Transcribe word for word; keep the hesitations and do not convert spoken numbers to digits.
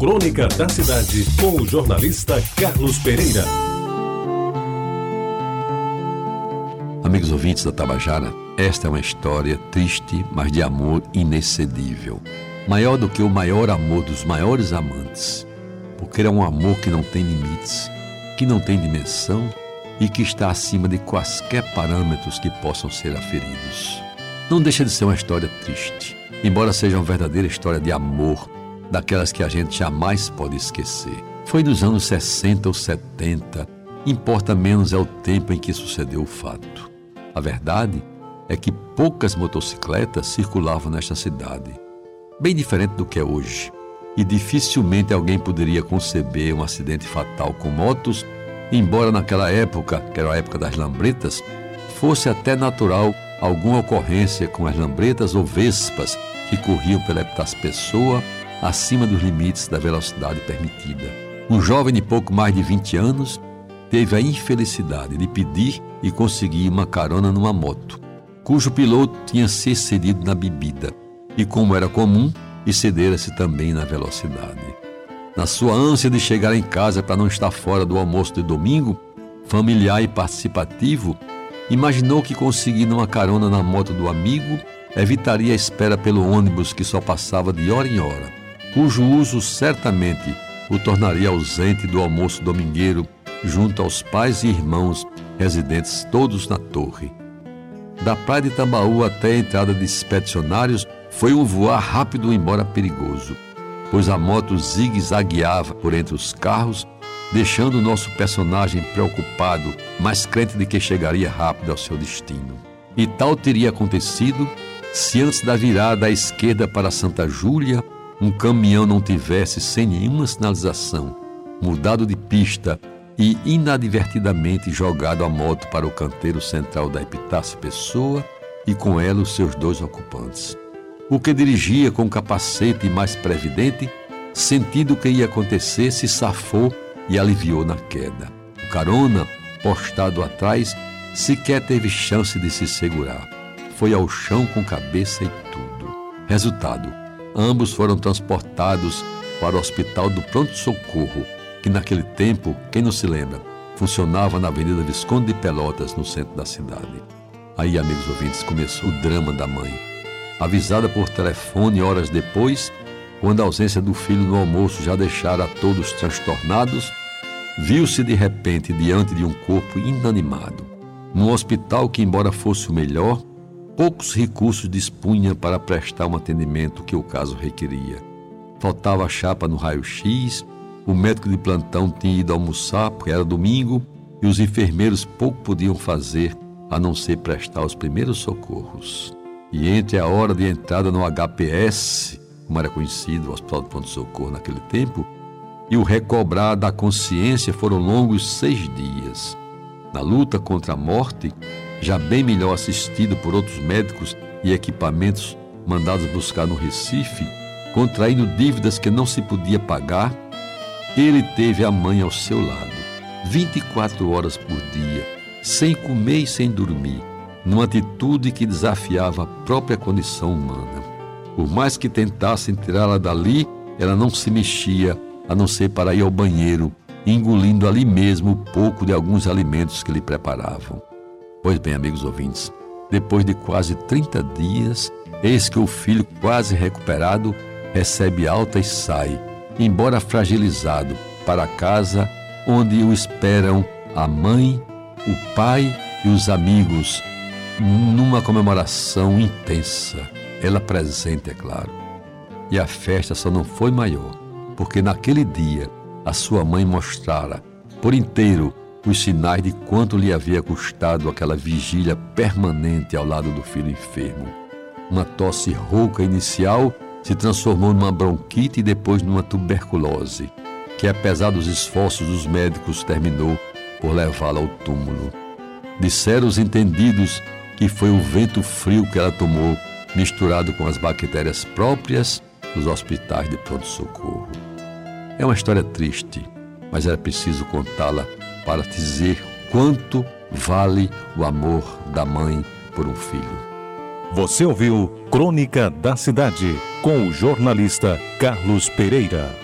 Crônica da Cidade, com o jornalista Carlos Pereira. Amigos ouvintes da Tabajara, esta é uma história triste, mas de amor inexcedível. Maior do que o maior amor dos maiores amantes, porque é um amor que não tem limites, que não tem dimensão e que está acima de quaisquer parâmetros que possam ser aferidos. Não deixa de ser uma história triste, embora seja uma verdadeira história de amor, daquelas que a gente jamais pode esquecer. Foi nos anos sessenta ou setenta, importa menos é o tempo em que sucedeu o fato. A verdade é que poucas motocicletas circulavam nesta cidade, bem diferente do que é hoje, e dificilmente alguém poderia conceber um acidente fatal com motos, embora naquela época, que era a época das lambretas, fosse até natural alguma ocorrência com as lambretas ou vespas que corriam pela Epitácio-Pessoa acima dos limites da velocidade permitida. Um jovem de pouco mais de vinte anos teve a infelicidade de pedir e conseguir uma carona numa moto, cujo piloto tinha se excedido na bebida e, como era comum, excedera-se também na velocidade. Na sua ânsia de chegar em casa para não estar fora do almoço de domingo, familiar e participativo, imaginou que conseguindo uma carona na moto do amigo evitaria a espera pelo ônibus que só passava de hora em hora, cujo uso certamente o tornaria ausente do almoço domingueiro junto aos pais e irmãos residentes todos na torre. Da praia de Tambaú até a entrada de expedicionários foi um voar rápido, embora perigoso, pois a moto zigue-zagueava por entre os carros, deixando o nosso personagem preocupado, mas crente de que chegaria rápido ao seu destino. E tal teria acontecido se antes da virada à esquerda para Santa Júlia, um caminhão não tivesse, sem nenhuma sinalização, mudado de pista e inadvertidamente jogado a moto para o canteiro central da Epitácio-Pessoa e com ela os seus dois ocupantes. O que dirigia com capacete mais previdente, sentindo o que ia acontecer, se safou e aliviou na queda. O carona, postado atrás, sequer teve chance de se segurar. Foi ao chão com cabeça e tudo. Resultado, ambos foram transportados para o Hospital do Pronto-Socorro, que naquele tempo, quem não se lembra, funcionava na Avenida Visconde de Pelotas, no centro da cidade. Aí, amigos ouvintes, começou o drama da mãe. Avisada por telefone horas depois, quando a ausência do filho no almoço já deixara todos transtornados, viu-se de repente diante de um corpo inanimado. Num hospital que, embora fosse o melhor, poucos recursos dispunha para prestar um atendimento que o caso requeria. Faltava chapa no raio-x, o médico de plantão tinha ido almoçar porque era domingo e os enfermeiros pouco podiam fazer a não ser prestar os primeiros socorros. E entre a hora de entrada no H P S, como era conhecido, o Hospital do Pronto-Socorro naquele tempo, e o recobrar da consciência foram longos seis dias. Na luta contra a morte, já bem melhor assistido por outros médicos e equipamentos mandados buscar no Recife, contraindo dívidas que não se podia pagar, ele teve a mãe ao seu lado, vinte e quatro horas por dia, sem comer e sem dormir, numa atitude que desafiava a própria condição humana. Por mais que tentassem tirá-la dali, ela não se mexia, a não ser para ir ao banheiro, engolindo ali mesmo o pouco de alguns alimentos que lhe preparavam. Pois bem, amigos ouvintes, depois de quase trinta dias, eis que o filho, quase recuperado, recebe alta e sai, embora fragilizado, para casa onde o esperam a mãe, o pai e os amigos, numa comemoração intensa. Ela presente, é claro. E a festa só não foi maior, porque naquele dia a sua mãe mostrara por inteiro os sinais de quanto lhe havia custado aquela vigília permanente ao lado do filho enfermo. Uma tosse rouca inicial se transformou numa bronquite e depois numa tuberculose, que apesar dos esforços dos médicos terminou por levá-la ao túmulo. Disseram os entendidos que foi o vento frio que ela tomou, misturado com as bactérias próprias dos hospitais de pronto-socorro. É uma história triste, mas era preciso contá-la para dizer quanto vale o amor da mãe por um filho. Você ouviu Crônica da Cidade, com o jornalista Carlos Pereira.